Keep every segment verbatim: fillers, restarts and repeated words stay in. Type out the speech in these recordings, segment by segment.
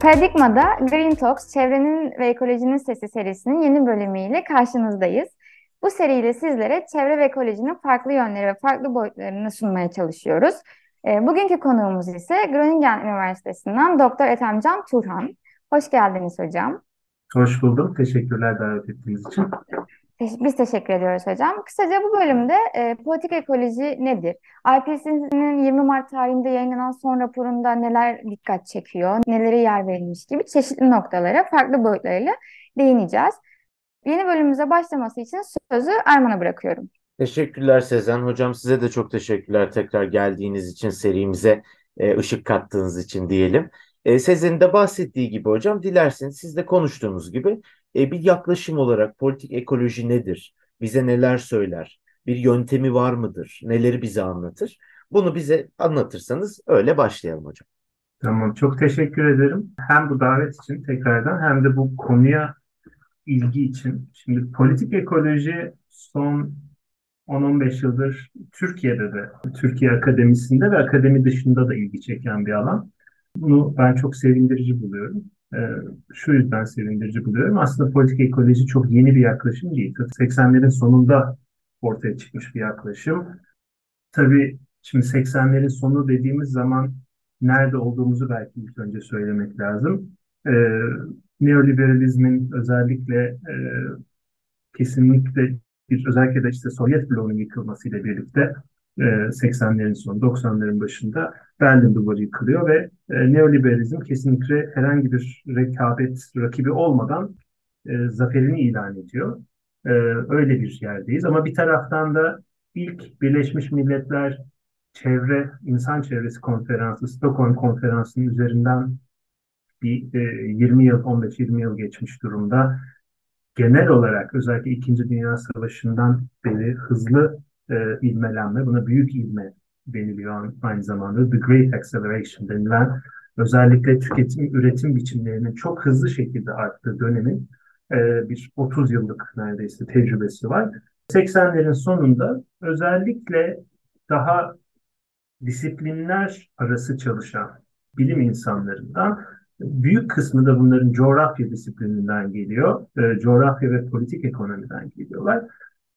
Paradigma'da Green Talks, Çevrenin ve Ekolojinin Sesi serisinin yeni bölümüyle karşınızdayız. Bu seriyle sizlere çevre ve ekolojinin farklı yönleri ve farklı boyutlarını sunmaya çalışıyoruz. E, bugünkü konuğumuz ise Groningen Üniversitesi'nden Doktor Ethemcan Turhan. Hoş geldiniz hocam. Hoş buldum. Teşekkürler davet ettiğiniz için. Te- Biz teşekkür ediyoruz hocam. Kısaca bu bölümde e, politik ekoloji nedir? I P C C'nin yirmi Mart tarihinde yayınlanan son raporunda neler dikkat çekiyor, nelere yer verilmiş gibi çeşitli noktalara farklı boyutlarıyla değineceğiz. Yeni bölümümüze başlaması için sözü Erman'a bırakıyorum. Teşekkürler Sezen. Hocam size de çok teşekkürler tekrar geldiğiniz için serimize e, ışık kattığınız için diyelim. E, Sezen'in de bahsettiği gibi hocam dilerseniz siz de konuştuğunuz gibi e, bir yaklaşım olarak politik ekoloji nedir? Bize neler söyler? Bir yöntemi var mıdır? Neleri bize anlatır? Bunu bize anlatırsanız öyle başlayalım hocam. Tamam. Çok teşekkür ederim. Hem bu davet için tekrardan hem de bu konuya ilgi için. Şimdi politik ekoloji son on on beş yıldır Türkiye'de de, Türkiye akademisinde ve akademi dışında da ilgi çeken bir alan. Bunu ben çok sevindirici buluyorum. Ee, şu yüzden sevindirici buluyorum. Aslında politik ekoloji çok yeni bir yaklaşım değil. seksenlerin sonunda ortaya çıkmış bir yaklaşım. Tabii şimdi seksenlerin sonu dediğimiz zaman nerede olduğumuzu belki ilk önce söylemek lazım. Ee, Neoliberalizmin özellikle e, kesinlikle bir özellikle de işte Sovyet bloğunun yıkılmasıyla birlikte e, seksenlerin sonu doksanların başında Berlin Duvarı yıkılıyor ve e, neoliberalizm kesinlikle herhangi bir rekabet rakibi olmadan e, zaferini ilan ediyor. E, öyle bir yerdeyiz. Ama bir taraftan da ilk Birleşmiş Milletler Çevre, İnsan Çevresi Konferansı, Stockholm Konferansı'nın üzerinden bir e, yirmi yıl, on beş yirmi yıl geçmiş durumda. Genel olarak özellikle İkinci Dünya Savaşı'ndan beri hızlı e, ivmelenme, buna büyük ivme deniliyor aynı zamanda. The Great Acceleration denilen özellikle tüketim, üretim biçimlerinin çok hızlı şekilde arttığı dönemin e, bir otuz yıllık neredeyse tecrübesi var. seksenlerin sonunda özellikle daha disiplinler arası çalışan bilim insanlarından büyük kısmı da bunların coğrafya disiplininden geliyor. E, coğrafya ve politik ekonomiden geliyorlar.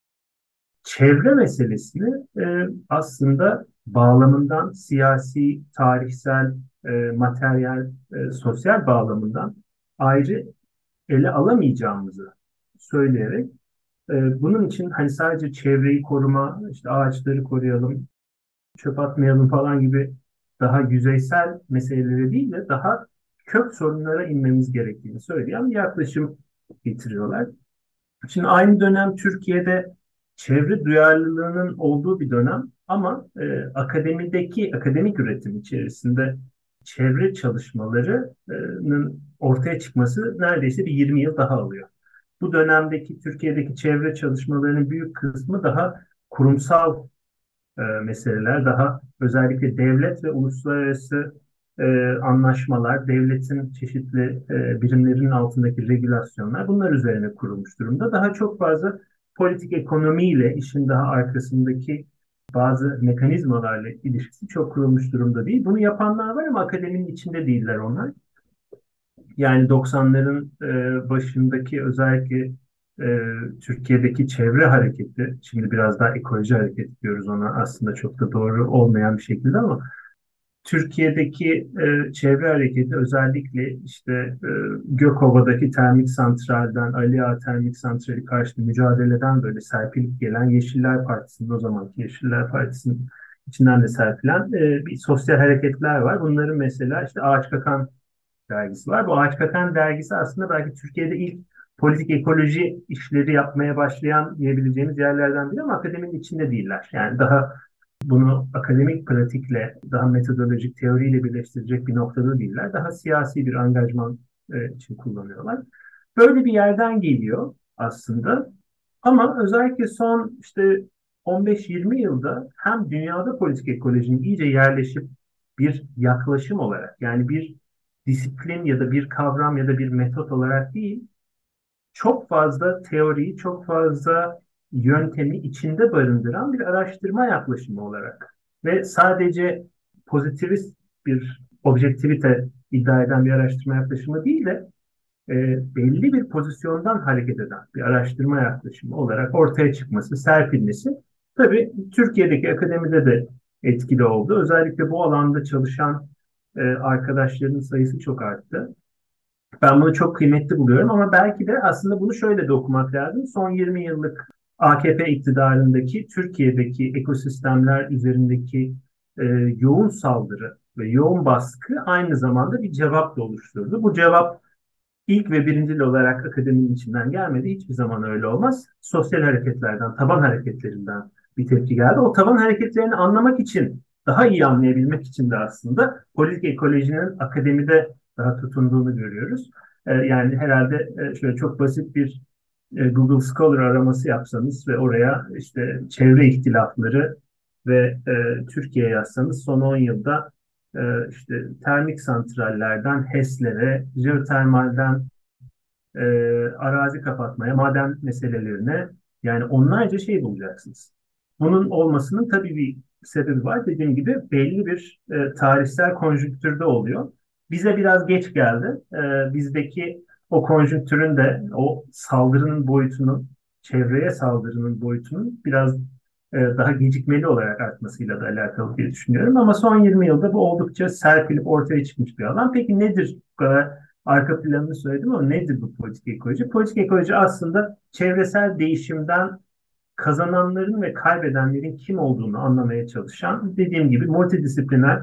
Çevre meselesini e, aslında bağlamından siyasi, tarihsel, e, materyal, e, sosyal bağlamından ayrı ele alamayacağımızı söyleyerek e, bunun için hani sadece çevreyi koruma, işte ağaçları koruyalım, çöp atmayalım falan gibi daha yüzeysel meselelere değil de daha kök sorunlara inmemiz gerektiğini söyleyen bir yaklaşım getiriyorlar. Şimdi aynı dönem Türkiye'de çevre duyarlılığının olduğu bir dönem ama e, akademideki akademik üretim içerisinde çevre çalışmalarının ortaya çıkması neredeyse bir yirmi yıl daha alıyor. Bu dönemdeki Türkiye'deki çevre çalışmalarının büyük kısmı daha kurumsal e, meseleler, daha özellikle devlet ve uluslararası e, anlaşmalar, devletin çeşitli e, birimlerinin altındaki regülasyonlar bunlar üzerine kurulmuş durumda. Daha çok fazla politik ekonomiyle işin daha arkasındaki bazı mekanizmalarla ilişkisi çok kurulmuş durumda değil. Bunu yapanlar var ama akademinin içinde değiller onlar. Yani doksanların e, başındaki özellikle e, Türkiye'deki çevre hareketi, şimdi biraz daha ekoloji hareketi diyoruz ona aslında çok da doğru olmayan bir şekilde ama Türkiye'deki e, çevre hareketi özellikle işte e, Gökova'daki termik santralden Ali Ağa termik santrali karşıtı mücadeleden böyle serpilip gelen Yeşiller Partisi'nin o zamanki Yeşiller Partisi'nin içinden de serpilen e, bir sosyal hareketler var. Bunların mesela işte Ağaç Kakan dergisi var. Bu Ağaç Kakan dergisi aslında belki Türkiye'de ilk politik ekoloji işleri yapmaya başlayan diyebileceğimiz yerlerden biri ama akademinin içinde değiller. Yani daha bunu akademik pratikle, daha metodolojik teoriyle birleştirecek bir noktada değiller. Daha siyasi bir angajman e, için kullanıyorlar. Böyle bir yerden geliyor aslında. Ama özellikle son işte on beş yirmi yılda hem dünyada politik ekolojinin iyice yerleşip bir yaklaşım olarak yani bir disiplin ya da bir kavram ya da bir metot olarak değil, çok fazla teoriyi, çok fazla yöntemi içinde barındıran bir araştırma yaklaşımı olarak ve sadece pozitivist bir objektivite iddia eden bir araştırma yaklaşımı değil de e, belli bir pozisyondan hareket eden bir araştırma yaklaşımı olarak ortaya çıkması, serpilmesi tabii Türkiye'deki akademide de etkili oldu. Özellikle bu alanda çalışan e, arkadaşların sayısı çok arttı. Ben bunu çok kıymetli buluyorum ama belki de aslında bunu şöyle de okumak lazım. Son yirmi yıllık A K P iktidarındaki Türkiye'deki ekosistemler üzerindeki e, yoğun saldırı ve yoğun baskı aynı zamanda bir cevap da oluşturdu. Bu cevap İlk ve birincil olarak akademinin içinden gelmedi. Hiçbir zaman öyle olmaz. Sosyal hareketlerden, taban hareketlerinden bir tepki geldi. O taban hareketlerini anlamak için, daha iyi anlayabilmek için de aslında politik ekolojinin akademide daha tutunduğunu görüyoruz. Ee, yani herhalde e, şöyle çok basit bir e, Google Scholar araması yapsanız ve oraya işte çevre ihtilafları ve e, Türkiye yazsanız son on yılda e, işte termik santrallerden HES'lere, jeotermalden e, arazi kapatmaya, maden meselelerine yani onlarca şey bulacaksınız. Bunun olmasının tabii bir sebebi var. Dediğim gibi belli bir e, tarihsel konjonktürde oluyor. Bize biraz geç geldi. E, bizdeki o konjonktürün de o saldırının boyutunun, çevreye saldırının boyutunun biraz e, daha gecikmeli olarak artmasıyla da alakalı diye düşünüyorum. Ama son yirmi yılda bu oldukça serpilip ortaya çıkmış bir alan. Peki nedir bu kadar arka planını söyledim ama nedir bu politik ekoloji? Politik ekoloji aslında çevresel değişimden kazananların ve kaybedenlerin kim olduğunu anlamaya çalışan, dediğim gibi multidisipliner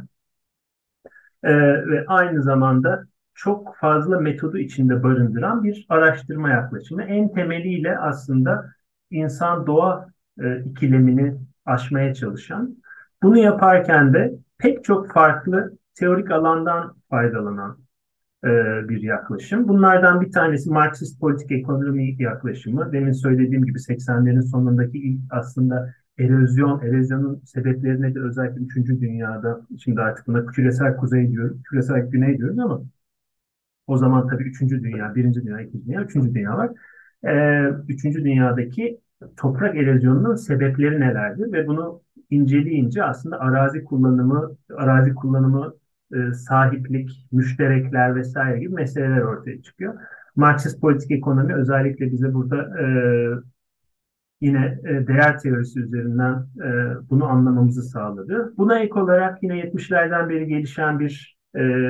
e, ve aynı zamanda çok fazla metodu içinde barındıran bir araştırma yaklaşımı. En temeliyle aslında insan-doğa e, ikilemini aşmaya çalışan, bunu yaparken de pek çok farklı teorik alandan faydalanan e, bir yaklaşım. Bunlardan bir tanesi Marksist politik ekonomi yaklaşımı. Demin söylediğim gibi seksenlerin sonundaki ilk aslında erozyon, erozyonun sebeplerine de özellikle üçüncü dünyada, şimdi artık buna küresel kuzey diyoruz, küresel güney diyoruz ama o zaman tabii üçüncü dünya, birinci dünya, ikinci dünya, üçüncü dünya var. Ee, üçüncü dünyadaki toprak erozyonunun sebepleri nelerdir ve bunu inceleyince aslında arazi kullanımı, arazi kullanımı, e, sahiplik, müşterekler vesaire gibi meseleler ortaya çıkıyor. Marksist politik ekonomi özellikle bize burada e, yine e, değer teorisi üzerinden e, bunu anlamamızı sağladı. Buna ek olarak yine yetmişlerden beri gelişen bir e,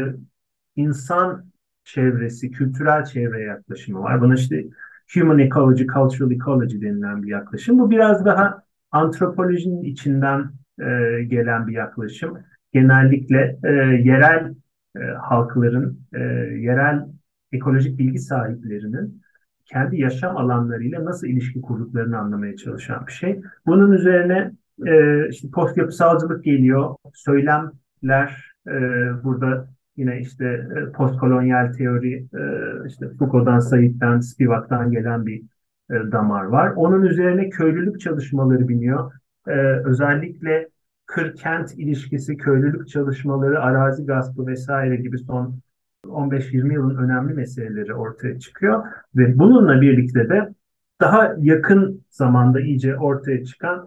insan çevresi, kültürel çevre yaklaşımı var. Buna işte human ecology, cultural ecology denilen bir yaklaşım. Bu biraz daha antropolojinin içinden e, gelen bir yaklaşım. Genellikle e, yerel e, halkların, e, yerel ekolojik bilgi sahiplerinin kendi yaşam alanlarıyla nasıl ilişki kurduklarını anlamaya çalışan bir şey. Bunun üzerine e, işte post yapısalcılık geliyor, söylemler e, burada yine işte e, postkolonyal teori, e, işte Foucault'dan, Said'den, Spivak'tan gelen bir e, damar var. Onun üzerine köylülük çalışmaları biniyor. E, özellikle kır-kent ilişkisi, köylülük çalışmaları, arazi gaspı vesaire gibi son on beş yirmi yılın önemli meseleleri ortaya çıkıyor. Ve bununla birlikte de daha yakın zamanda iyice ortaya çıkan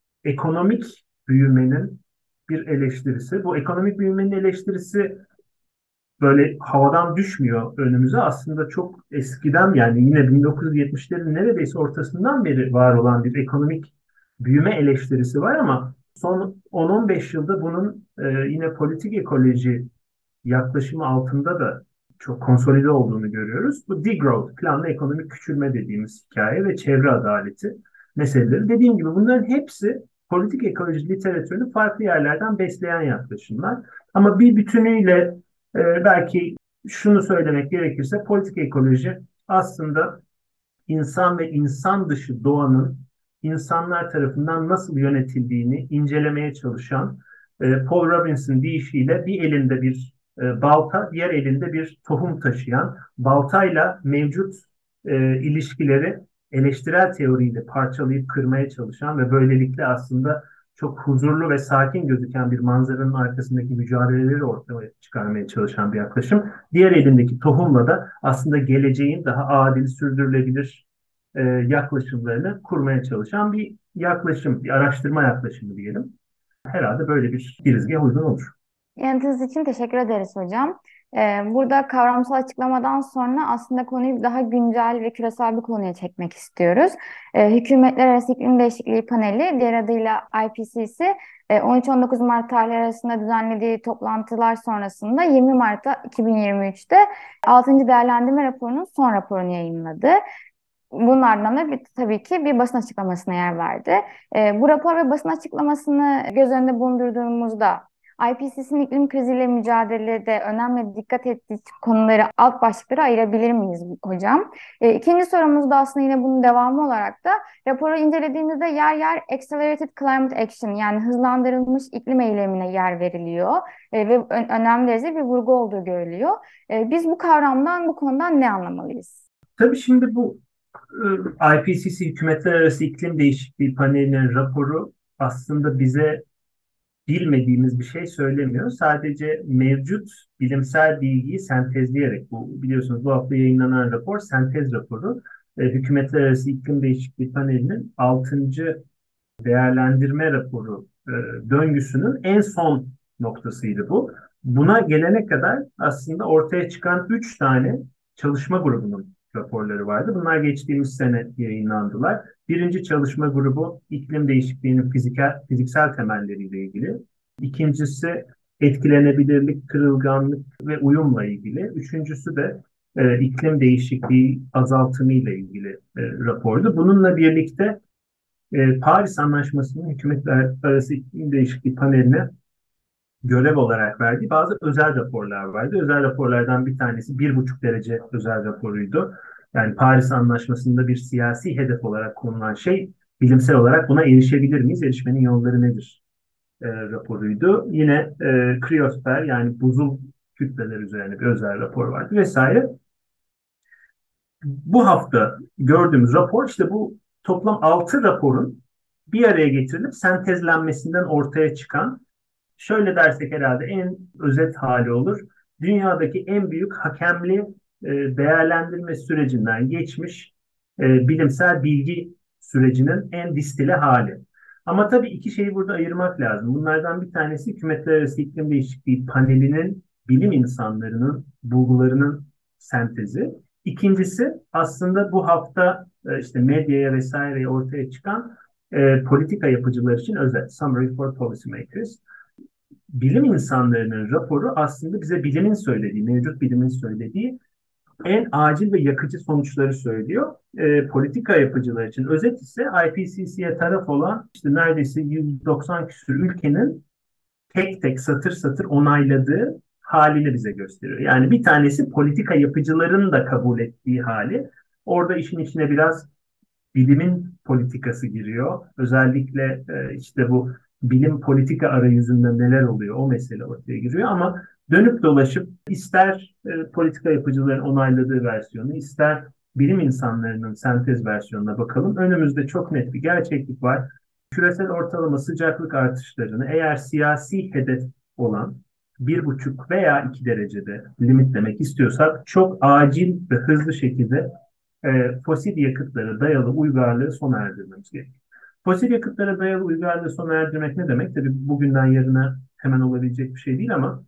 ekonomik büyümenin bir eleştirisi. Bu ekonomik büyümenin eleştirisi böyle havadan düşmüyor önümüze. Aslında çok eskiden yani yine bin dokuz yüz yetmişlerin neredeyse ortasından beri var olan bir ekonomik büyüme eleştirisi var ama son on on beş yılda bunun e, yine politik ekoloji yaklaşımı altında da çok konsolide olduğunu görüyoruz. Bu degrowth, planlı ekonomik küçülme dediğimiz hikaye ve çevre adaleti meseleleri. Dediğim gibi bunların hepsi politik ekoloji literatürünü farklı yerlerden besleyen yaklaşımlar. Ama bir bütünüyle e, belki şunu söylemek gerekirse politik ekoloji aslında insan ve insan dışı doğanın insanlar tarafından nasıl yönetildiğini incelemeye çalışan e, Paul Robbins'in deyişiyle bir elinde bir e, balta, diğer elinde bir tohum taşıyan, baltayla mevcut e, ilişkileri eleştirel teoriyle parçalayıp kırmaya çalışan ve böylelikle aslında çok huzurlu ve sakin gözüken bir manzaranın arkasındaki mücadeleleri ortaya çıkarmaya çalışan bir yaklaşım. Diğer elindeki tohumla da aslında geleceğin daha adil, sürdürülebilir e, yaklaşımlarını kurmaya çalışan bir yaklaşım, bir araştırma yaklaşımı diyelim. Herhalde böyle bir girizgah uygun olur. Yanıtınız için teşekkür ederiz hocam. Ee, burada kavramsal açıklamadan sonra aslında konuyu daha güncel ve küresel bir konuya çekmek istiyoruz. Ee, Hükümetler Arası İklim Değişikliği Paneli, diğer adıyla I P C C, e, on üç on dokuz Mart tarihleri arasında düzenlediği toplantılar sonrasında yirmi Mart iki bin yirmi üçte altıncı değerlendirme raporunun son raporunu yayınladı. Bunun ardından da bir, tabii ki bir basın açıklamasına yer verdi. E, bu rapor ve basın açıklamasını göz önünde bulundurduğumuzda I P C C'nin iklim kriziyle mücadelede önemli dikkat ettiği konuları, alt başlıkları ayırabilir miyiz hocam? E, ikinci sorumuz da aslında yine bunun devamı olarak da raporu incelediğimizde yer yer Accelerated Climate Action, yani hızlandırılmış iklim eylemine yer veriliyor e, ve ö- önemli derecede bir vurgu olduğu görülüyor. E, biz bu kavramdan, bu konudan ne anlamalıyız? Tabii şimdi bu e, I P C C Hükümetler Arası İklim Değişikliği Paneli'nin raporu aslında bize bilmediğimiz bir şey söylemiyor. Sadece mevcut bilimsel bilgiyi sentezleyerek, bu biliyorsunuz bu hafta yayınlanan rapor sentez raporu. E, Hükümetler Arası İklim Değişikliği Paneli'nin altıncı değerlendirme raporu e, döngüsünün en son noktasıydı bu. Buna gelene kadar aslında ortaya çıkan üç tane çalışma grubunun raporları vardı. Bunlar geçtiğimiz sene yayınlandılar. Birinci çalışma grubu iklim değişikliğinin fiziksel, fiziksel temelleriyle ilgili. İkincisi etkilenebilirlik, kırılganlık ve uyumla ilgili. Üçüncüsü de e, iklim değişikliği azaltımı ile ilgili e, rapordu. Bununla birlikte e, Paris Anlaşması'nın Hükümetler Arası İklim Değişikliği Paneli'ne görev olarak verdiği bazı özel raporlar vardı. Özel raporlardan bir tanesi bir buçuk derece özel raporuydu. Yani Paris Anlaşması'nda bir siyasi hedef olarak konulan şey, bilimsel olarak buna erişebilir miyiz? Erişmenin yolları nedir? E, raporuydu. Yine e, kriyosfer, yani buzul kütleler üzerine bir özel rapor vardı vesaire. Bu hafta gördüğümüz rapor, işte bu toplam altı raporun bir araya getirilip sentezlenmesinden ortaya çıkan, şöyle dersek herhalde en özet hali olur. Dünyadaki en büyük hakemli e, değerlendirme sürecinden geçmiş e, bilimsel bilgi sürecinin en distile hali. Ama tabii iki şeyi burada ayırmak lazım. Bunlardan bir tanesi Hükümetler Arası İklim Değişikliği Paneli'nin bilim insanlarının bulgularının sentezi. İkincisi aslında bu hafta e, işte medyaya vesaireye ortaya çıkan e, politika yapıcılar için özet. Summary for Policymakers. Bilim insanlarının raporu aslında bize bilimin söylediği, mevcut bilimin söylediği en acil ve yakıcı sonuçları söylüyor. E, politika yapıcılar için özet ise I P C C'ye taraf olan işte neredeyse yüz doksan küsur ülkenin tek tek satır satır onayladığı halini bize gösteriyor. Yani bir tanesi politika yapıcıların da kabul ettiği hali. Orada işin içine biraz bilimin politikası giriyor. Özellikle e, işte bu bilim politika arayüzünde neler oluyor, o mesele ortaya giriyor. Ama dönüp dolaşıp ister e, politika yapıcıların onayladığı versiyonu, ister bilim insanlarının sentez versiyonuna bakalım. Önümüzde çok net bir gerçeklik var. Küresel ortalama sıcaklık artışlarını eğer siyasi hedef olan bir buçuk veya iki derecede limitlemek istiyorsak çok acil ve hızlı şekilde e, fosil yakıtlara dayalı uygarlığı sona erdirmemiz gerekiyor. Fosil yakıtlara dayalı uygarlığı sona erdirmek ne demek? Tabii bugünden yarına hemen olabilecek bir şey değil ama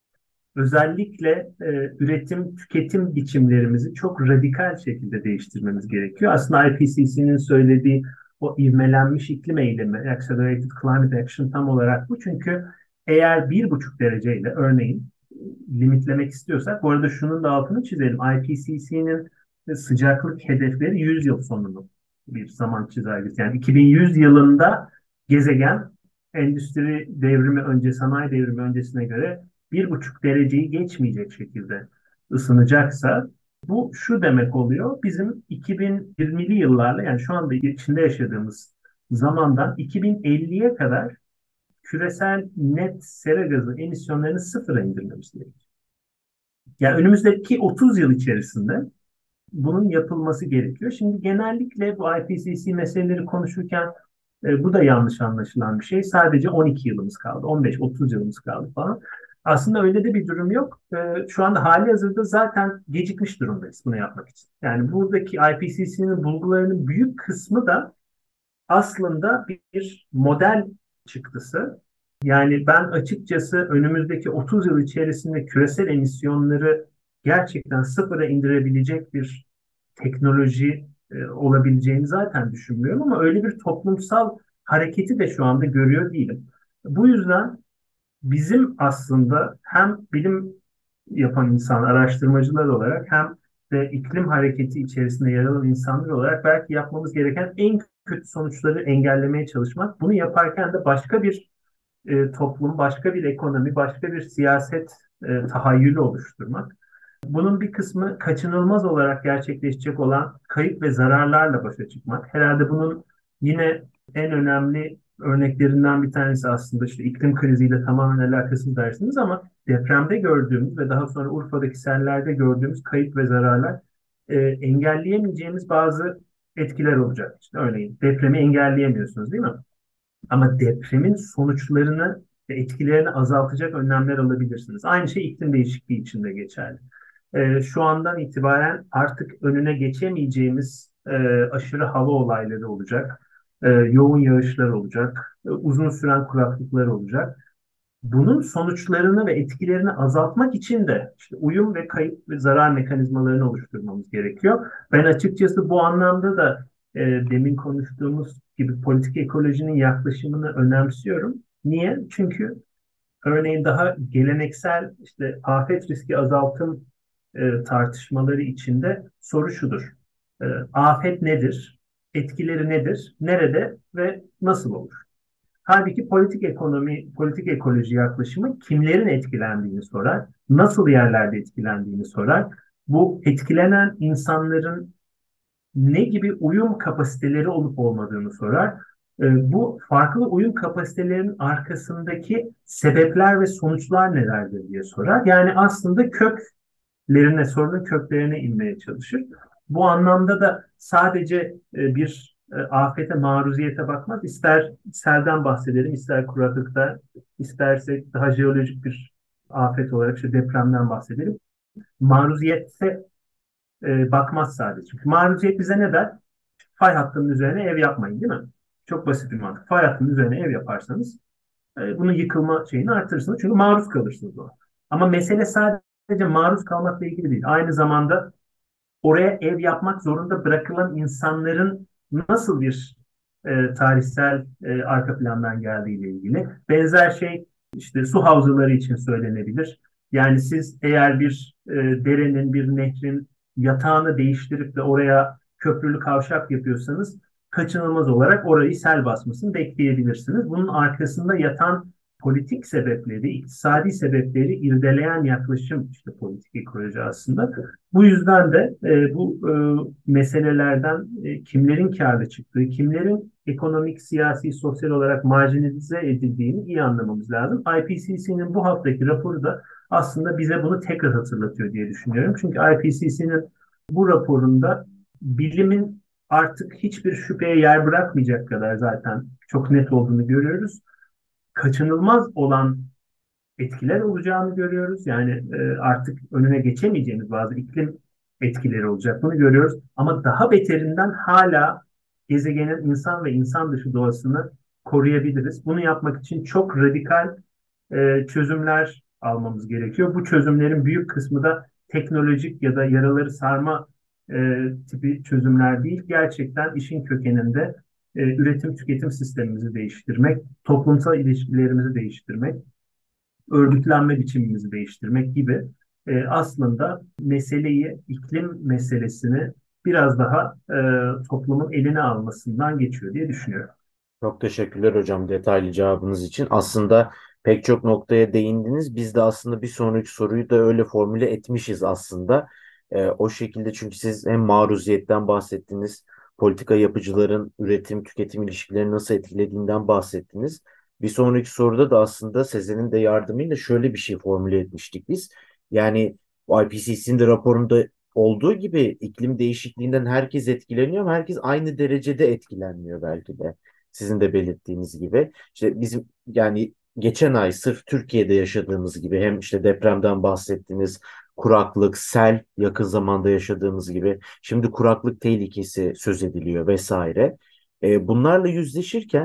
özellikle e, üretim, tüketim biçimlerimizi çok radikal şekilde değiştirmemiz gerekiyor. Aslında I P C C'nin söylediği o ivmelenmiş iklim eylemi, Accelerated Climate Action, tam olarak bu. Çünkü eğer bir buçuk dereceyle örneğin limitlemek istiyorsak, bu arada şunun da altını çizelim. I P C C'nin sıcaklık hedefleri yüz yıl sonunu bir zaman çizelgesi. Yani iki bin yüz yılında gezegen endüstri devrimi önce, sanayi devrimi öncesine göre bir buçuk dereceyi geçmeyecek şekilde ısınacaksa, bu şu demek oluyor: bizim iki bin yirmili yıllarla, yani şu anda içinde yaşadığımız zamandan iki bin elliye kadar küresel net sera gazı emisyonlarını sıfıra indirmemiz gerekiyor. Yani önümüzdeki otuz yıl içerisinde bunun yapılması gerekiyor. Şimdi genellikle bu I P C C meseleleri konuşurken e, bu da yanlış anlaşılan bir şey. Sadece on iki yılımız kaldı, on beş otuz yılımız kaldı falan. Aslında öyle de bir durum yok. E, şu anda hali hazırda zaten gecikmiş durumdayız bunu yapmak için. Yani buradaki I P C C'nin bulgularının büyük kısmı da aslında bir model çıktısı. Yani ben açıkçası önümüzdeki otuz yıl içerisinde küresel emisyonları gerçekten sıfıra indirebilecek bir teknoloji e, olabileceğini zaten düşünmüyorum ama öyle bir toplumsal hareketi de şu anda görüyor değilim. Bu yüzden bizim aslında hem bilim yapan insan, araştırmacılar olarak hem de iklim hareketi içerisinde yer alan insanlar olarak belki yapmamız gereken en kötü sonuçları engellemeye çalışmak. Bunu yaparken de başka bir e, toplum, başka bir ekonomi, başka bir siyaset e, tahayyülü oluşturmak. Bunun bir kısmı kaçınılmaz olarak gerçekleşecek olan kayıp ve zararlarla başa çıkmak. Herhalde bunun yine en önemli örneklerinden bir tanesi aslında işte iklim kriziyle tamamen alakasız dersiniz ama depremde gördüğümüz ve daha sonra Urfa'daki sellerde gördüğümüz kayıp ve zararlar e, engelleyemeyeceğimiz bazı etkiler olacak. İşte örneğin depremi engelleyemiyorsunuz değil mi? Ama depremin sonuçlarını ve etkilerini azaltacak önlemler alabilirsiniz. Aynı şey iklim değişikliği için de geçerli. Ee, şu andan itibaren artık önüne geçemeyeceğimiz e, aşırı hava olayları olacak. E, yoğun yağışlar olacak. E, uzun süren kuraklıklar olacak. Bunun sonuçlarını ve etkilerini azaltmak için de işte uyum ve kayıp ve zarar mekanizmalarını oluşturmamız gerekiyor. Ben açıkçası bu anlamda da e, demin konuştuğumuz gibi politik ekolojinin yaklaşımını önemsiyorum. Niye? Çünkü örneğin daha geleneksel işte afet riski azaltım e, tartışmaları içinde soru şudur. E, afet nedir? Etkileri nedir? Nerede ve nasıl olur? Halbuki politik ekonomi, politik ekoloji yaklaşımı kimlerin etkilendiğini sorar, nasıl yerlerde etkilendiğini sorar. Bu etkilenen insanların ne gibi uyum kapasiteleri olup olmadığını sorar. E, bu farklı uyum kapasitelerinin arkasındaki sebepler ve sonuçlar nelerdir diye sorar. Yani aslında köklerine, sorunun köklerine inmeye çalışır. Bu anlamda da sadece e, bir e, afete, maruziyete bakmaz. İster selden bahsedelim, ister kuraklıkta, istersek daha jeolojik bir afet olarak işte depremden bahsedelim. Maruziyete e, bakmaz sadece. Çünkü maruziyet bize ne der? Fay hattının üzerine ev yapmayın değil mi? Çok basit bir mantık. Fay hattının üzerine ev yaparsanız e, bunun yıkılma şeyini artırırsınız. Çünkü maruz kalırsınız ona. Ama mesele sadece maruz kalmakla ilgili değil. Aynı zamanda oraya ev yapmak zorunda bırakılan insanların nasıl bir e, tarihsel e, arka plandan geldiğiyle ilgili. Benzer şey işte su havzaları için söylenebilir. Yani siz eğer bir e, derenin, bir nehrin yatağını değiştirip de oraya köprülü kavşak yapıyorsanız kaçınılmaz olarak orayı sel basmasını bekleyebilirsiniz. Bunun arkasında yatan politik sebepleri, iktisadi sebepleri irdeleyen yaklaşım işte politik ekoloji aslında. Bu yüzden de e, bu e, meselelerden e, kimlerin kârda çıktığı, kimlerin ekonomik, siyasi, sosyal olarak marjinalize edildiğini iyi anlamamız lazım. I P C C'nin bu haftaki raporu da aslında bize bunu tekrar hatırlatıyor diye düşünüyorum. Çünkü I P C C'nin bu raporunda bilimin artık hiçbir şüpheye yer bırakmayacak kadar zaten çok net olduğunu görüyoruz. Kaçınılmaz olan etkiler olacağını görüyoruz. Yani e, artık önüne geçemeyeceğimiz bazı iklim etkileri olacak. Bunu görüyoruz. Ama daha beterinden hala gezegenin insan ve insan dışı doğasını koruyabiliriz. Bunu yapmak için çok radikal e, çözümler almamız gerekiyor. Bu çözümlerin büyük kısmı da teknolojik ya da yaraları sarma e, tipi çözümler değil. Gerçekten işin kökeninde e, üretim tüketim sistemimizi değiştirmek, toplumsal ilişkilerimizi değiştirmek, örgütlenme biçimimizi değiştirmek gibi e, aslında meseleyi, iklim meselesini biraz daha e, toplumun eline almasından geçiyor diye düşünüyorum. Çok teşekkürler hocam detaylı cevabınız için. Aslında pek çok noktaya değindiniz. Biz de aslında bir sonraki soruyu da öyle formüle etmişiz aslında. Ee, o şekilde çünkü siz hem maruziyetten bahsettiniz, politika yapıcıların üretim tüketim ilişkilerini nasıl etkilediğinden bahsettiniz. Bir sonraki soruda da aslında Sezen'in de yardımıyla şöyle bir şey formüle etmiştik biz. Yani I P C C'nin de raporunda olduğu gibi iklim değişikliğinden herkes etkileniyor ama herkes aynı derecede etkilenmiyor belki de sizin de belirttiğiniz gibi. İşte bizim yani geçen ay sırf Türkiye'de yaşadığımız gibi hem işte depremden bahsettiniz, kuraklık, sel yakın zamanda yaşadığımız gibi şimdi kuraklık tehlikesi söz ediliyor vesaire. E, bunlarla yüzleşirken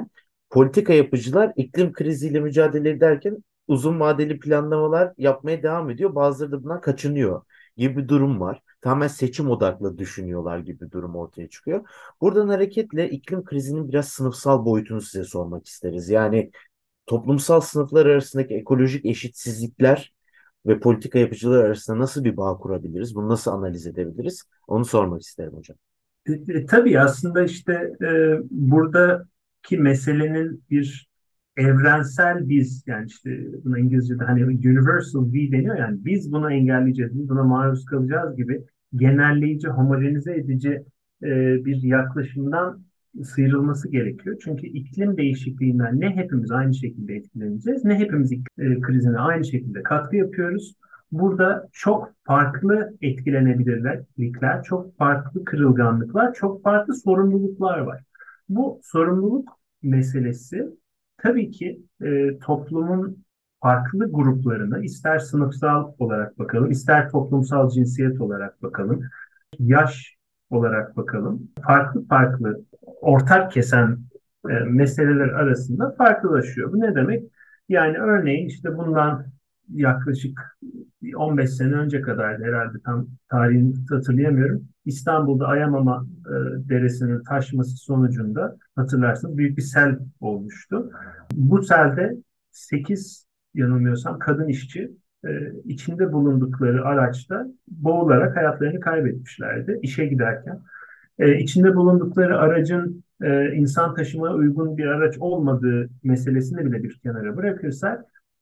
politika yapıcılar iklim kriziyle mücadele ederken uzun vadeli planlamalar yapmaya devam ediyor. Bazıları da bundan kaçınıyor gibi bir durum var. Tamamen seçim odaklı düşünüyorlar gibi bir durum ortaya çıkıyor. Buradan hareketle iklim krizinin biraz sınıfsal boyutunu size sormak isteriz. Yani toplumsal sınıflar arasındaki ekolojik eşitsizlikler ve politika yapıcılar arasında nasıl bir bağ kurabiliriz? Bunu nasıl analiz edebiliriz? Onu sormak isterim hocam. E, e, tabii aslında işte e, buradaki meselenin bir evrensel biz, yani işte buna İngilizce'de hani universal we deniyor, yani biz bunu engelleyeceğiz, biz buna maruz kalacağız gibi genelleyici, homojenize edici e, bir yaklaşımdan sıyrılması gerekiyor. Çünkü iklim değişikliğinden ne hepimiz aynı şekilde etkileneceğiz, ne hepimiz iklim e, krizine aynı şekilde katkı yapıyoruz. Burada çok farklı etkilenebilirlikler, çok farklı kırılganlıklar, çok farklı sorumluluklar var. Bu sorumluluk meselesi tabii ki e, toplumun farklı gruplarını, ister sınıfsal olarak bakalım, ister toplumsal cinsiyet olarak bakalım, yaş olarak bakalım, farklı farklı ortak kesen e, meseleler arasında farklılaşıyor. Bu ne demek? Yani örneğin işte bundan yaklaşık on beş sene önce kadar herhalde, tam tarihini hatırlayamıyorum. İstanbul'da Ayamama e, Deresi'nin taşması sonucunda hatırlarsınız büyük bir sel olmuştu. Bu selde sekiz, yanılmıyorsam, kadın işçi e, içinde bulundukları araçta boğularak hayatlarını kaybetmişlerdi işe giderken. E, içinde bulundukları aracın e, insan taşımaya uygun bir araç olmadığı meselesini bile bir kenara bırakırsak,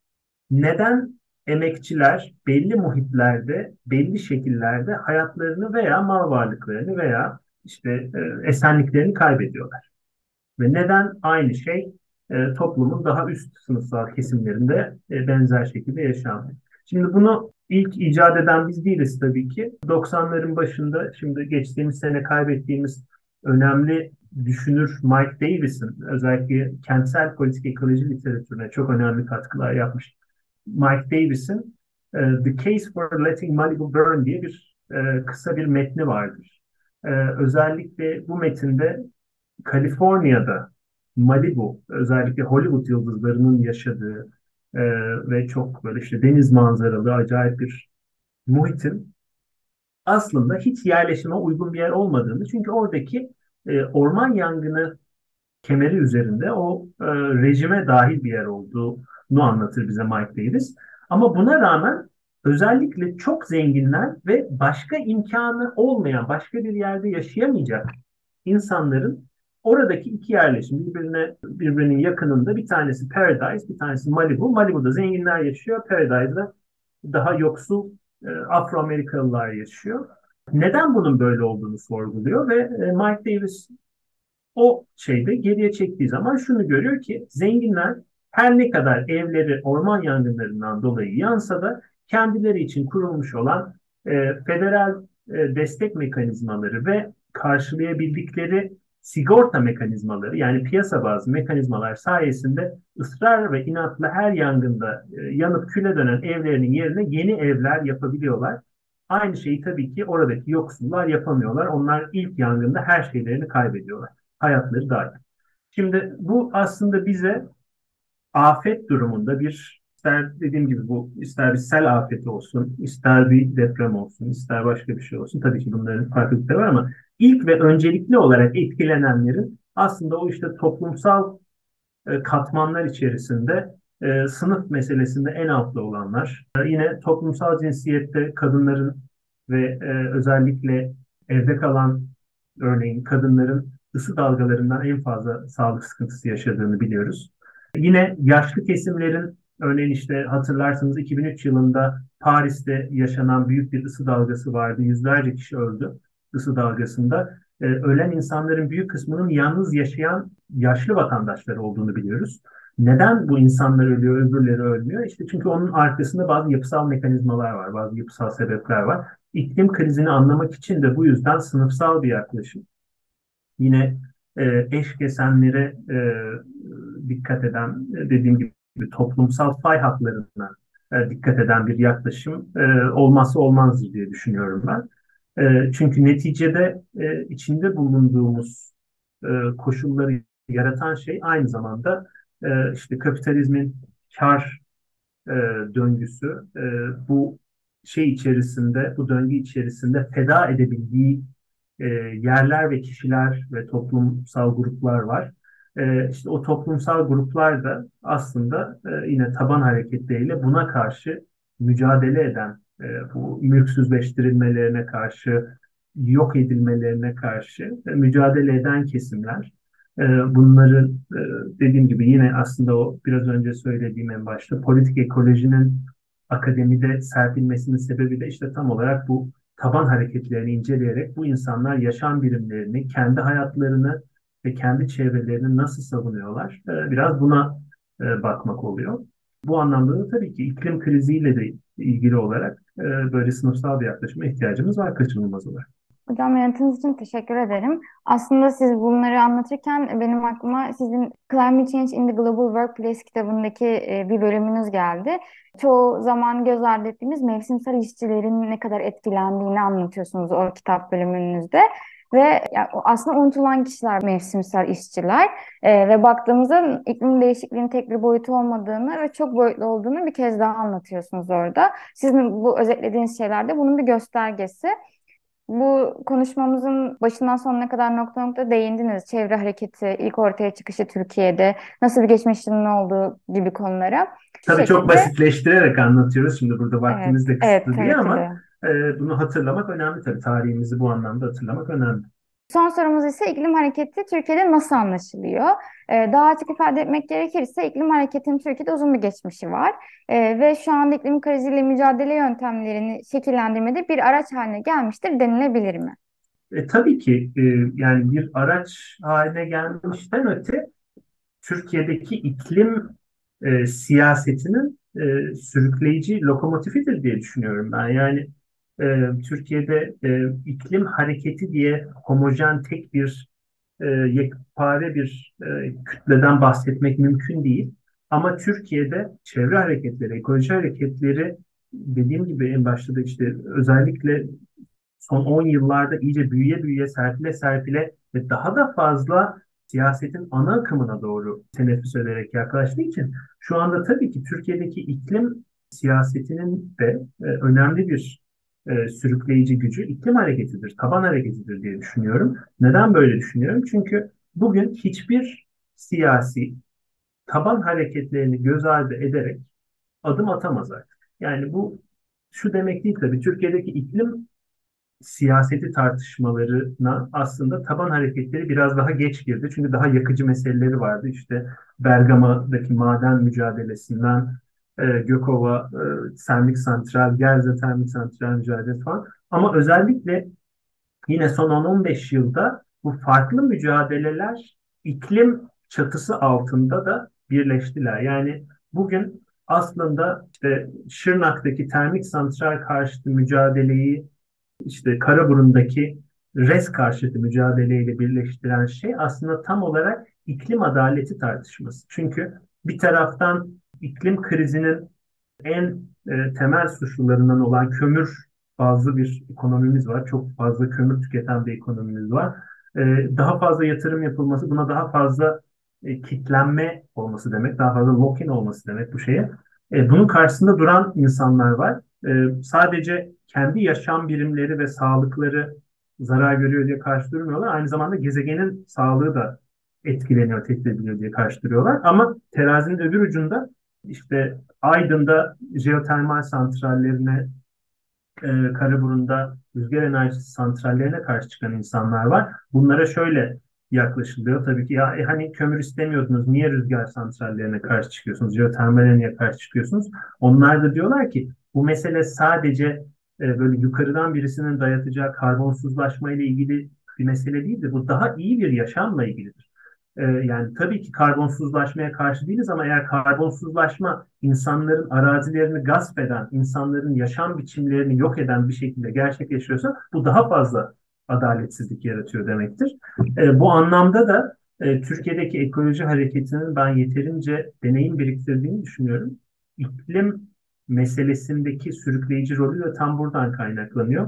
neden emekçiler belli muhitlerde, belli şekillerde hayatlarını veya mal varlıklarını veya işte e, esenliklerini kaybediyorlar? Ve neden aynı şey e, toplumun daha üst sınıfsal kesimlerinde e, benzer şekilde yaşanmıyor? Şimdi bunu ilk icat eden biz değiliz tabii ki. doksanların başında, şimdi geçtiğimiz sene kaybettiğimiz önemli düşünür Mike Davis'in özellikle kentsel politik ekoloji literatürüne çok önemli katkılar yapmış Mike Davis'in e, The Case for Letting Malibu Burn diye bir e, kısa bir metni vardır. E, özellikle bu metinde Kaliforniya'da Malibu, özellikle Hollywood yıldızlarının yaşadığı e, ve çok böyle işte deniz manzaralı acayip bir muhitin aslında hiç yerleşime uygun bir yer olmadığını, çünkü oradaki e, orman yangını kemeri üzerinde o e, rejime dahil bir yer olduğunu anlatır bize Mike Davis. Ama buna rağmen özellikle çok zenginler ve başka imkanı olmayan, başka bir yerde yaşayamayacak insanların oradaki iki yerleşim birbirine birbirinin yakınında, bir tanesi Paradise, bir tanesi Malibu. Malibu'da zenginler yaşıyor, Paradise'da daha yoksul e, Afro-Amerikalılar yaşıyor. Neden bunun böyle olduğunu sorguluyor ve e, Mike Davis o şeyde geriye çektiği zaman şunu görüyor ki, zenginler her ne kadar evleri orman yangınlarından dolayı yansa da kendileri için kurulmuş olan e, federal e, destek mekanizmaları ve karşılayabildikleri sigorta mekanizmaları, yani piyasa bazlı mekanizmalar sayesinde ısrar ve inatla her yangında e, yanıp küle dönen evlerinin yerine yeni evler yapabiliyorlar. Aynı şeyi tabii ki oradaki yoksullar yapamıyorlar. Onlar ilk yangında her şeylerini kaybediyorlar, hayatları dahil. Şimdi bu aslında bize afet durumunda bir, ister dediğim gibi bu ister bir sel afeti olsun, ister bir deprem olsun, ister başka bir şey olsun. Tabii ki bunların farklılıkları var ama ilk ve öncelikli olarak etkilenenlerin aslında o işte toplumsal e, katmanlar içerisinde e, sınıf meselesinde en altta olanlar. E, yine toplumsal cinsiyette kadınların ve e, özellikle evde kalan, örneğin kadınların ısı dalgalarından en fazla sağlık sıkıntısı yaşadığını biliyoruz. Yine yaşlı kesimlerin, örneğin işte hatırlarsınız iki bin üç yılında Paris'te yaşanan büyük bir ısı dalgası vardı. Yüzlerce kişi öldü ısı dalgasında. Ee, ölen insanların büyük kısmının yalnız yaşayan yaşlı vatandaşlar olduğunu biliyoruz. Neden bu insanlar ölüyor, öbürleri ölmüyor? İşte çünkü onun arkasında bazı yapısal mekanizmalar var, bazı yapısal sebepler var. İklim krizini anlamak için de bu yüzden sınıfsal bir yaklaşım. Yine e, eş kesenlere e, dikkat eden, e, dediğim gibi toplumsal fay hatlarına e, dikkat eden bir yaklaşım e, olmazsa olmazdır diye düşünüyorum ben. E, çünkü neticede e, içinde bulunduğumuz e, koşulları yaratan şey aynı zamanda e, işte kapitalizmin kar e, döngüsü. E, bu şey içerisinde, bu döngü içerisinde feda edebildiği e, yerler ve kişiler ve toplumsal gruplar var. E, işte o toplumsal gruplar da aslında e, yine taban hareketleriyle buna karşı mücadele eden, e, bu mülksüzleştirilmelerine karşı, yok edilmelerine karşı e, mücadele eden kesimler. E, bunların e, dediğim gibi yine aslında o biraz önce söylediğim en başta politik ekolojinin akademide serpilmesinin sebebi de işte tam olarak bu taban hareketlerini inceleyerek bu insanlar yaşam birimlerini, kendi hayatlarını ve kendi çevrelerini nasıl savunuyorlar? Ee, Biraz buna e, bakmak oluyor. Bu anlamda da tabii ki iklim kriziyle de ilgili olarak e, böyle sınıfsal bir yaklaşıma ihtiyacımız var kaçınılmaz olarak. Hocam yanıtınız için teşekkür ederim. Aslında siz bunları anlatırken benim aklıma sizin Climate Change in the Global Workplace kitabındaki e, bir bölümünüz geldi. Çoğu zaman göz ardı ettiğimiz mevsimsel işçilerin ne kadar etkilendiğini anlatıyorsunuz o kitap bölümünüzde. Ve ya, o aslında unutulan kişiler mevsimsel işçiler. E, ve baktığımızda iklim değişikliğinin tek bir boyutu olmadığını ve çok boyutlu olduğunu bir kez daha anlatıyorsunuz orada. Sizin bu özetlediğiniz şeyler de bunun bir göstergesi. Bu konuşmamızın başından sonuna kadar nokta nokta değindiniz. Çevre hareketi, ilk ortaya çıkışı Türkiye'de, nasıl bir geçmişinin olduğu gibi konulara. Şu Tabii çok şekilde, basitleştirerek anlatıyoruz. Şimdi burada evet, vaktimiz de evet, kısıtlı diye tabii ki ama de. e, bunu hatırlamak önemli tabii. Tarihimizi bu anlamda hatırlamak önemli. Son sorumuz ise iklim hareketi Türkiye'de nasıl anlaşılıyor? Ee, daha açık ifade etmek gerekirse iklim hareketinin Türkiye'de uzun bir geçmişi var. Ee, ve şu anda iklim kriziyle mücadele yöntemlerini şekillendirmede bir araç haline gelmiştir denilebilir mi? E, tabii ki e, yani bir araç haline gelmişten öte Türkiye'deki iklim e, siyasetinin e, sürükleyici lokomotifidir diye düşünüyorum ben. Yani e, Türkiye'de e, iklim hareketi diye homojen tek bir e, yekpare bir e, kütleden bahsetmek mümkün değil. Ama Türkiye'de çevre hareketleri, ekoloji hareketleri dediğim gibi en başta da işte özellikle son on yıllarda iyice büyüye büyüye serpile serpile ve daha da fazla siyasetin ana akımına doğru teneffüs ederek yaklaştığı için şu anda tabii ki Türkiye'deki iklim siyasetinin de e, önemli bir e, sürükleyici gücü iklim hareketidir, taban hareketidir diye düşünüyorum. Neden böyle düşünüyorum? Çünkü bugün hiçbir siyasi taban hareketlerini göz ardı ederek adım atamaz artık. Yani bu şu demek değil tabii. Türkiye'deki iklim siyaseti tartışmalarına aslında taban hareketleri biraz daha geç girdi. Çünkü daha yakıcı meseleleri vardı. İşte Bergama'daki maden mücadelesinden e, Gökova e, termik santral, Gerze termik santral mücadelesi falan. Ama özellikle yine son on on beş yılda bu farklı mücadeleler iklim çatısı altında da birleştiler. Yani bugün aslında işte Şırnak'taki termik santral karşıtı mücadeleyi işte Karaburun'daki res karşıtı mücadeleyle birleştiren şey aslında tam olarak iklim adaleti tartışması. Çünkü bir taraftan iklim krizinin en e, temel suçlularından olan kömür bazlı bir ekonomimiz var. Çok fazla kömür tüketen bir ekonomimiz var. E, daha fazla yatırım yapılması, buna daha fazla e, kitlenme olması demek, daha fazla lock-in olması demek bu şeye. E, bunun karşısında duran insanlar var. E, sadece kendi yaşam birimleri ve sağlıkları zarar görüyor diye karşı durmuyorlar. Aynı zamanda gezegenin sağlığı da etkileniyor, tehdit ediliyor diye karşı duruyorlar. Ama terazinin öbür ucunda işte Aydın'da jeotermal santrallerine, e, Karaburun'da rüzgar enerjisi santrallerine karşı çıkan insanlar var. Bunlara şöyle yaklaşılıyor. Tabii ki ya e, hani kömür istemiyordunuz, niye rüzgar santrallerine karşı çıkıyorsunuz, jeotermale niye karşı çıkıyorsunuz? Onlar da diyorlar ki bu mesele sadece e, böyle yukarıdan birisinin dayatacağı karbonsuzlaşma ile ilgili bir mesele değildir. Bu daha iyi bir yaşamla ilgilidir. Ee, yani tabii ki karbonsuzlaşmaya karşı değiliz ama eğer karbonsuzlaşma insanların arazilerini gasp eden, insanların yaşam biçimlerini yok eden bir şekilde gerçekleşiyorsa bu daha fazla adaletsizlik yaratıyor demektir. Ee, bu anlamda da e, Türkiye'deki ekoloji hareketinin ben yeterince deneyim biriktirdiğini düşünüyorum. İklim meselesindeki sürükleyici rolü de tam buradan kaynaklanıyor.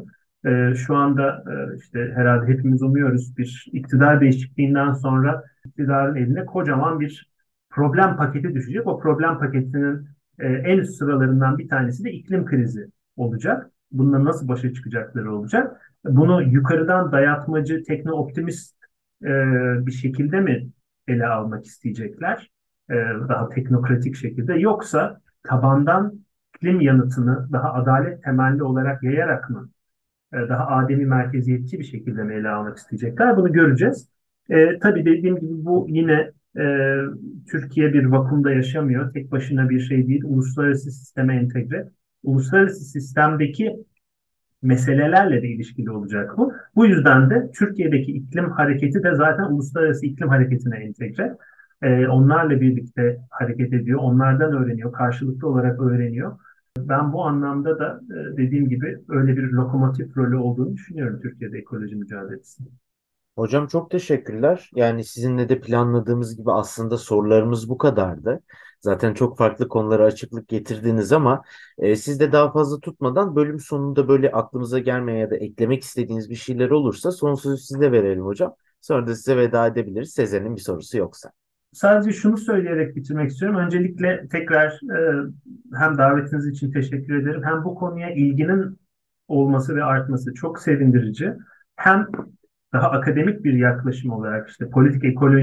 E, şu anda e, işte herhalde hepimiz umuyoruz bir iktidar değişikliğinden sonra iktidarın eline kocaman bir problem paketi düşecek. O problem paketinin e, en üst sıralarından bir tanesi de iklim krizi olacak. Bununla nasıl başa çıkacakları olacak. Bunu yukarıdan dayatmacı, tekno-optimist e, bir şekilde mi ele almak isteyecekler? E, daha teknokratik şekilde. Yoksa tabandan iklim yanıtını daha adalet temelli olarak yayarak mı e, daha ademi merkeziyetçi bir şekilde mi ele almak isteyecekler? Bunu göreceğiz. E, tabii dediğim gibi bu yine e, Türkiye bir vakumda yaşamıyor. Tek başına bir şey değil. Uluslararası sisteme entegre. Uluslararası sistemdeki meselelerle de ilişkili olacak bu. Bu yüzden de Türkiye'deki iklim hareketi de zaten uluslararası iklim hareketine entegre. Ee, onlarla birlikte hareket ediyor, onlardan öğreniyor, karşılıklı olarak öğreniyor. Ben bu anlamda da e, dediğim gibi öyle bir lokomotif rolü olduğunu düşünüyorum Türkiye'de ekoloji mücadelesinin. Hocam çok teşekkürler. Yani sizinle de planladığımız gibi aslında sorularımız bu kadardı. Zaten çok farklı konulara açıklık getirdiniz ama e, siz de daha fazla tutmadan bölüm sonunda böyle aklımıza gelmeyen ya da eklemek istediğiniz bir şeyler olursa son sözü size verelim hocam. Sonra da size veda edebiliriz. Sezen'in bir sorusu yoksa. Sadece şunu söyleyerek bitirmek istiyorum. Öncelikle tekrar e, hem davetiniz için teşekkür ederim. Hem bu konuya ilginin olması ve artması çok sevindirici. Hem daha akademik bir yaklaşım olarak işte politik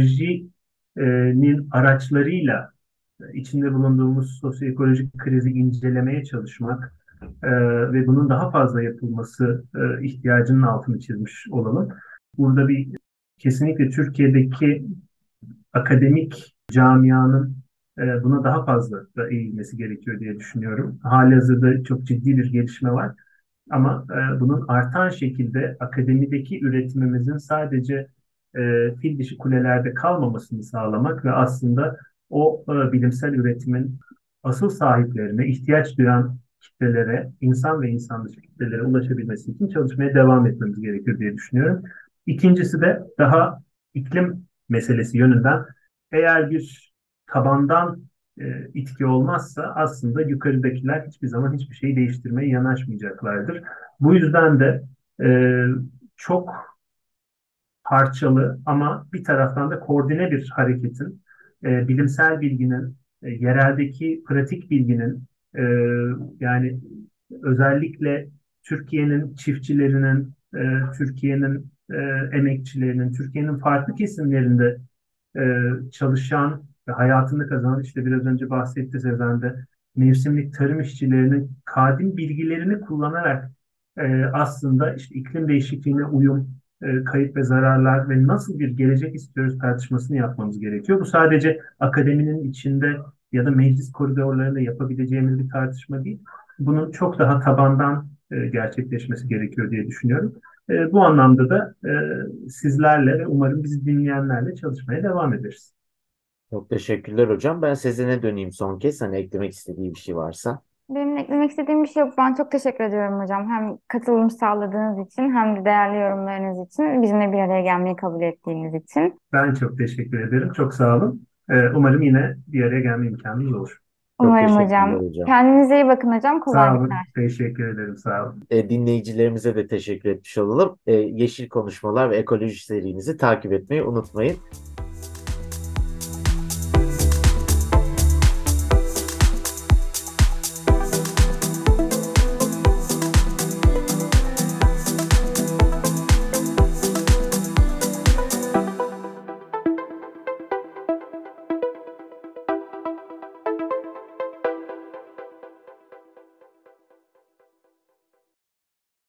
ekolojinin araçlarıyla içinde bulunduğumuz sosyoekolojik krizi incelemeye çalışmak e, ve bunun daha fazla yapılması e, ihtiyacının altını çizmiş olalım. Burada bir kesinlikle Türkiye'deki akademik camianın e, buna daha fazla da eğilmesi gerekiyor diye düşünüyorum. Halihazırda çok ciddi bir gelişme var. Ama e, bunun artan şekilde akademideki üretimimizin sadece e, fil dişi kulelerde kalmamasını sağlamak ve aslında o e, bilimsel üretimin asıl sahiplerine, ihtiyaç duyan kitlelere, insan ve insan dışı kitlelere ulaşabilmesi için çalışmaya devam etmemiz gerekir diye düşünüyorum. İkincisi de daha iklim meselesi yönünden eğer bir tabandan e, itki olmazsa aslında yukarıdakiler hiçbir zaman hiçbir şeyi değiştirmeye yanaşmayacaklardır. Bu yüzden de e, çok parçalı ama bir taraftan da koordine bir hareketin, e, bilimsel bilginin, e, yereldeki pratik bilginin, e, yani özellikle Türkiye'nin çiftçilerinin, e, Türkiye'nin e, emekçilerinin, Türkiye'nin farklı kesimlerinde e, çalışan ve hayatını kazanan işte biraz önce bahsetti Sezen de mevsimlik tarım işçilerinin kadim bilgilerini kullanarak e, aslında işte iklim değişikliğine uyum, e, kayıp ve zararlar ve nasıl bir gelecek istiyoruz tartışmasını yapmamız gerekiyor. Bu sadece akademinin içinde ya da meclis koridorlarında yapabileceğimiz bir tartışma değil. Bunun çok daha tabandan e, gerçekleşmesi gerekiyor diye düşünüyorum. E, bu anlamda da e, sizlerle ve umarım bizi dinleyenlerle çalışmaya devam ederiz. Çok teşekkürler hocam. Ben Sezen'e döneyim son kez. Hani eklemek istediği bir şey varsa. Benim eklemek istediğim bir şey yok. Ben çok teşekkür ediyorum hocam. Hem katılım sağladığınız için hem de değerli yorumlarınız için, bizimle bir araya gelmeyi kabul ettiğiniz için. Ben çok teşekkür ederim. Çok sağ olun. E, umarım yine bir araya gelme imkanımız olur. Çok Umarım teşekkürler hocam. hocam. Kendinize iyi bakın hocam. Sağ olun. Kolaylıklar. Teşekkür ederim. Sağ olun. E, dinleyicilerimize de teşekkür etmiş olalım. E, Yeşil Konuşmalar ve Ekoloji serimizi takip etmeyi unutmayın.